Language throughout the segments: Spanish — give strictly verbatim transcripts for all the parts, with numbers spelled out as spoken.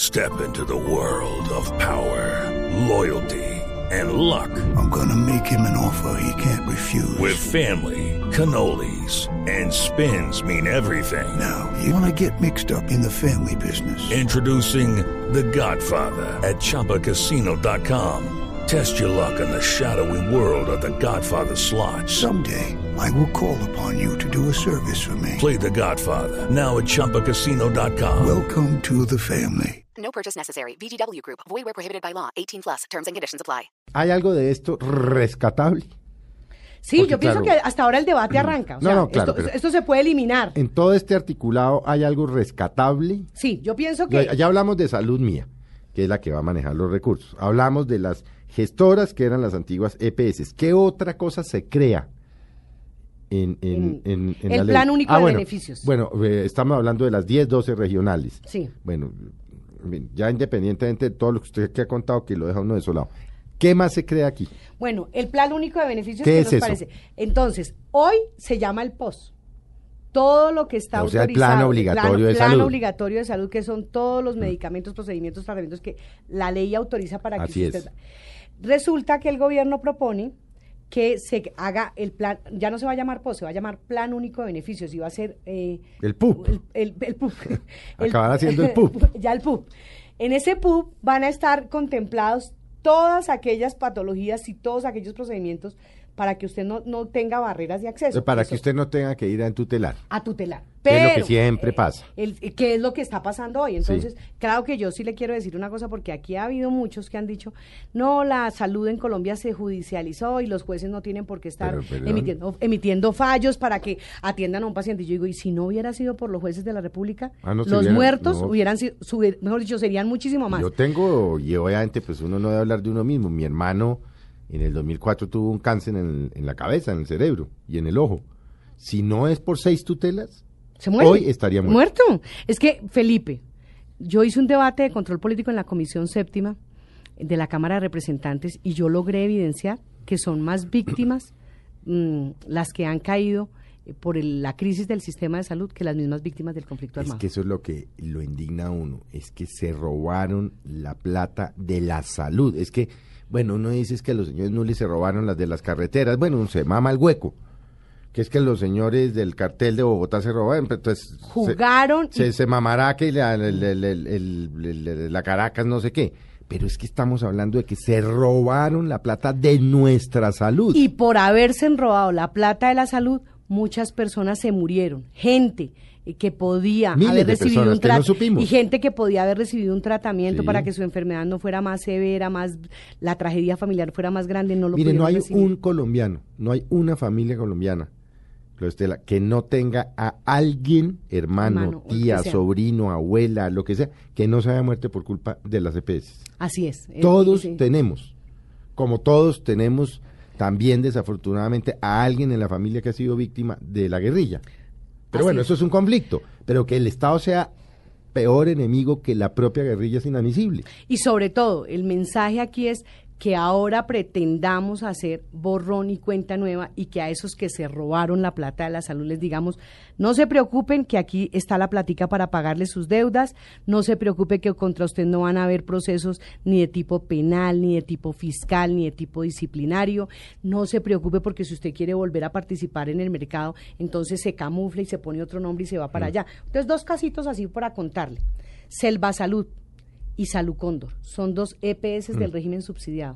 Step into the world of power, loyalty, and luck. I'm gonna make him an offer he can't refuse. With family, cannolis, and spins mean everything. Now, you wanna get mixed up in the family business. Introducing The Godfather at Chumba Casino dot com. Test your luck in the shadowy world of The Godfather slot. Someday, I will call upon you to do a service for me. Play The Godfather now at Chumba Casino dot com. Welcome to the family. No purchase necessary. V G W Group. Void where prohibited by law. eighteen plus. Terms and conditions apply. ¿Hay algo de esto rescatable? Sí, Porque, yo pienso claro, que hasta ahora el debate arranca. O no, sea, no, claro, esto, pero- esto se puede eliminar. ¿En todo este articulado hay algo rescatable? Sí, yo pienso que... Ya, ya hablamos de Salud Mía, que es la que va a manejar los recursos. Hablamos de las gestoras, que eran las antiguas E P S. ¿Qué otra cosa se crea en, en, en, en el la ley? plan único Ah, de bueno, beneficios. Bueno, eh, estamos hablando de las diez, doce regionales. Sí. Bueno, bien, ya independientemente de todo lo que usted que ha contado, que lo deja uno desolado. ¿Qué más se crea aquí? Bueno, el plan único de beneficios, ¿Qué ¿qué es nos eso? parece? Entonces, hoy se llama el P O S. Todo lo que está O sea, el autorizado. plan obligatorio plan, de plan salud. obligatorio de salud, que son todos los medicamentos, procedimientos, tratamientos que la ley autoriza para que Así usted... es. Resulta que el gobierno propone que se haga el plan, ya no se va a llamar P O S, se va a llamar Plan Único de Beneficios y va a ser... eh, El P U P. El, el, el P U P. Acabará siendo el P U P. Ya el P U P. En ese P U P van a estar contemplados todas aquellas patologías y todos aquellos procedimientos para que usted no, no tenga barreras de acceso. Para Eso, que usted no tenga que ir a tutelar. a tutelar. Que es lo que Pero, siempre eh, pasa. el- ¿Qué es lo que está pasando hoy? Entonces, Sí. claro que yo sí le quiero decir una cosa, porque aquí ha habido muchos que han dicho, no, la salud en Colombia se judicializó y los jueces no tienen por qué estar Pero, perdón. emitiendo, emitiendo fallos para que atiendan a un paciente. Y yo digo, ¿y si no hubiera sido por los jueces de la República? Ah, no se los hubiera- muertos no. hubieran sido, sube- mejor dicho, serían muchísimo más. Yo tengo, y obviamente pues uno no debe hablar de uno mismo. Mi hermano en el dos mil cuatro tuvo un cáncer en, en la cabeza, en el cerebro y en el ojo. Si no es por seis tutelas, Se muere. hoy estaría muerto. Muerto. Es que, Felipe, yo hice un debate de control político en la Comisión Séptima de la Cámara de Representantes y yo logré evidenciar que son más víctimas mm, las que han caído eh, por el- la crisis del sistema de salud que las mismas víctimas del conflicto Es armado. que eso es lo que lo indigna a uno, es que se robaron la plata de la salud. Es que, bueno, uno dice es que los señores Nuli se robaron las de las carreteras, bueno, se mama el hueco, que es que los señores del cartel de Bogotá se robaron, pero entonces... se- Jugaron y- Se, se mamará que la, el- el- el- el- el- la Caracas no sé qué, pero es que estamos hablando de que se robaron la plata de nuestra salud. Y por haberse robado la plata de la salud, muchas personas se murieron. Gente eh, que podía Miles haber de recibido personas un que no trato supimos. y gente que podía haber recibido un tratamiento Sí. para que su enfermedad no fuera más severa, más la tragedia familiar fuera más grande, no lo Mire, no pudieron hay recibir. un colombiano, no hay una familia colombiana, Claudia Estela, que no tenga a alguien, hermano, Hermano, o el tía, que sea. sobrino, abuela, lo que sea, que no se haya muerto por culpa de las E P S. Así es. eh, Todos sí. tenemos, como todos tenemos también desafortunadamente a alguien en la familia que ha sido víctima de la guerrilla. Pero Así bueno, es. eso es un conflicto, pero que el Estado sea peor enemigo que la propia guerrilla es inadmisible. Y sobre todo, el mensaje aquí es que ahora pretendamos hacer borrón y cuenta nueva y que a esos que se robaron la plata de la salud les digamos, no se preocupen que aquí está la platica para pagarles sus deudas, no se preocupe que contra usted no van a haber procesos ni de tipo penal, ni de tipo fiscal, ni de tipo disciplinario, no se preocupe porque si usted quiere volver a participar en el mercado, entonces se camufla y se pone otro nombre y se va para allá. Entonces, dos casitos así para contarle. Selva Salud y Salud Cóndor, son dos E P S del régimen subsidiado.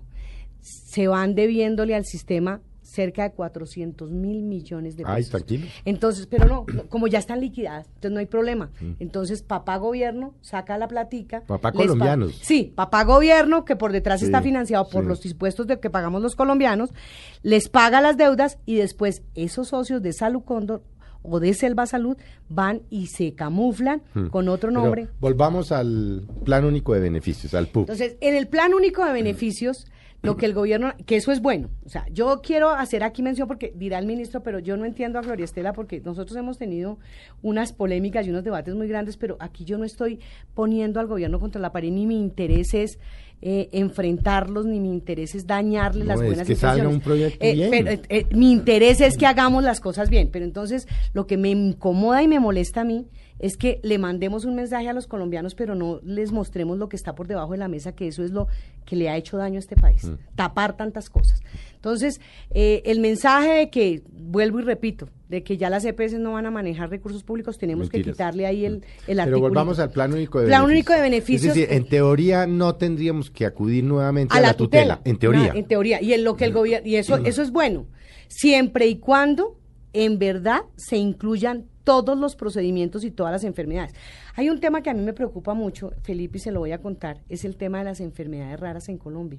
Se van debiéndole al sistema cerca de cuatrocientos mil millones de pesos. Ay, tranquilo. Entonces, pero no, no, como ya están liquidadas, entonces no hay problema. Entonces, papá gobierno saca la platica. Papá les pa- colombianos. Sí, papá gobierno, que por detrás Sí, está financiado por sí. los impuestos de que pagamos los colombianos, les paga las deudas y después esos socios de Salud Cóndor o de Selva Salud van y se camuflan con otro Pero nombre. volvamos al Plan Único de Beneficios, al P U P. Entonces, en el plan único de beneficios, lo que el gobierno, que eso es bueno, o sea, yo quiero hacer aquí mención porque dirá el ministro, pero yo no entiendo a Gloria Estela porque nosotros hemos tenido unas polémicas y unos debates muy grandes, pero aquí yo no estoy poniendo al gobierno contra la pared, ni mi interés es eh, enfrentarlos, ni mi interés es dañarle No, las es buenas que salga intenciones. un proyecto Eh, bien. pero, eh, eh, mi interés es que hagamos las cosas bien, pero entonces lo que me incomoda y me molesta a mí es que le mandemos un mensaje a los colombianos, pero no les mostremos lo que está por debajo de la mesa, que eso es lo que le ha hecho daño a este país, mm. tapar tantas cosas. Entonces, eh, el mensaje de que, vuelvo y repito, de que ya las E P S no van a manejar recursos públicos, tenemos Mentiras. que quitarle ahí el, el artículo. Pero volvamos al plan único de plan beneficios. único de beneficios. Es decir, en teoría no tendríamos que acudir nuevamente a, a la, la tutela, tutela, en teoría. No, en teoría, y en lo que el gobierno, y eso, eso es bueno, siempre y cuando en verdad se incluyan todos los procedimientos y todas las enfermedades. Hay un tema que a mí me preocupa mucho, Felipe, y se lo voy a contar, es el tema de las enfermedades raras en Colombia.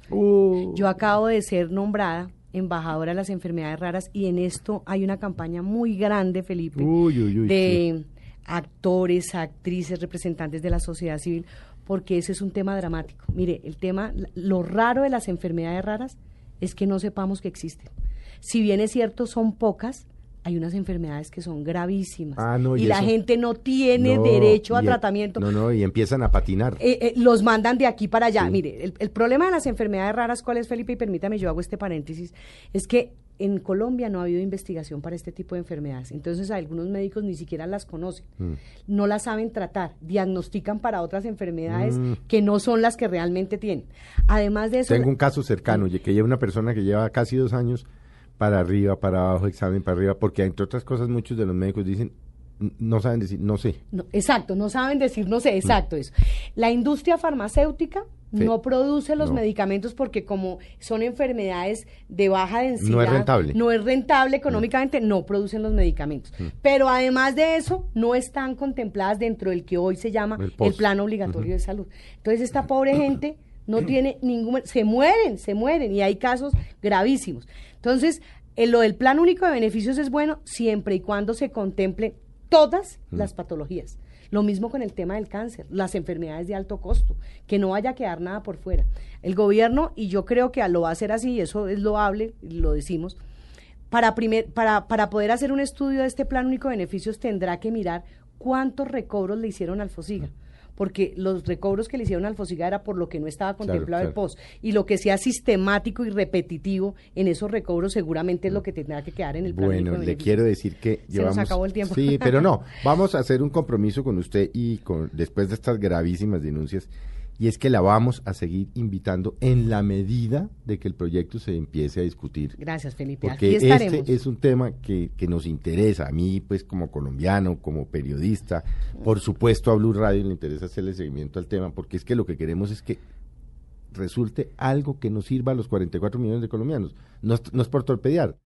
Uh. Yo acabo de ser nombrada embajadora de las enfermedades raras y en esto hay una campaña muy grande, Felipe, uy, uy, uy, de sí. actores, actrices, representantes de la sociedad civil, porque ese es un tema dramático. Mire, el tema, lo raro de las enfermedades raras es que no sepamos que existen. Si bien es cierto, son pocas, hay unas enfermedades que son gravísimas ah, no, y, y la gente no tiene no, derecho a tratamiento. No, no, y empiezan a patinar. Eh, eh, los mandan de aquí para allá. Sí. Mire, el, el problema de las enfermedades raras, ¿cuál es, Felipe? Y permítame, yo hago este paréntesis, es que en Colombia no ha habido investigación para este tipo de enfermedades. Entonces, algunos médicos ni siquiera las conocen, mm. no las saben tratar, diagnostican para otras enfermedades mm. que no son las que realmente tienen. Además de eso... Tengo un caso cercano, ¿sí? que lleva una persona que lleva casi dos años para arriba, para abajo, examen para arriba, porque entre otras cosas muchos de los médicos dicen, no saben decir, no sé. No, exacto, no saben decir, no sé, exacto mm. eso. La industria farmacéutica sí. no produce los no. medicamentos porque como son enfermedades de baja densidad, no es rentable, no es rentable económicamente, mm. no producen los medicamentos. Mm. Pero además de eso, no están contempladas dentro del que hoy se llama el, el Plan Obligatorio uh-huh. de Salud. Entonces esta pobre gente no tiene ningún, se mueren, se mueren y hay casos gravísimos. Entonces, en lo del Plan Único de Beneficios es bueno siempre y cuando se contemple todas mm. las patologías. Lo mismo con el tema del cáncer, las enfermedades de alto costo, que no vaya a quedar nada por fuera. El gobierno, y yo creo que lo va a hacer así, y eso es loable, lo decimos, para, primer, para, para poder hacer un estudio de este Plan Único de Beneficios tendrá que mirar cuántos recobros le hicieron al FOSIGA. Porque los recobros que le hicieron al FOSIGA era por lo que no estaba contemplado claro, claro. el P O S, y lo que sea sistemático y repetitivo en esos recobros seguramente es lo que tendrá que quedar en el plan. Bueno, le quiero decir que se llevamos... nos acabó el tiempo. Sí, pero no, vamos a hacer un compromiso con usted y con después de estas gravísimas denuncias, y es que la vamos a seguir invitando en la medida de que el proyecto se empiece a discutir. Gracias, Felipe, porque aquí estaremos. Este es un tema que, que nos interesa, a mí pues como colombiano, como periodista, por supuesto a Blue Radio le interesa hacerle seguimiento al tema, porque es que lo que queremos es que resulte algo que nos sirva a los cuarenta y cuatro millones de colombianos, no, no es por torpedear.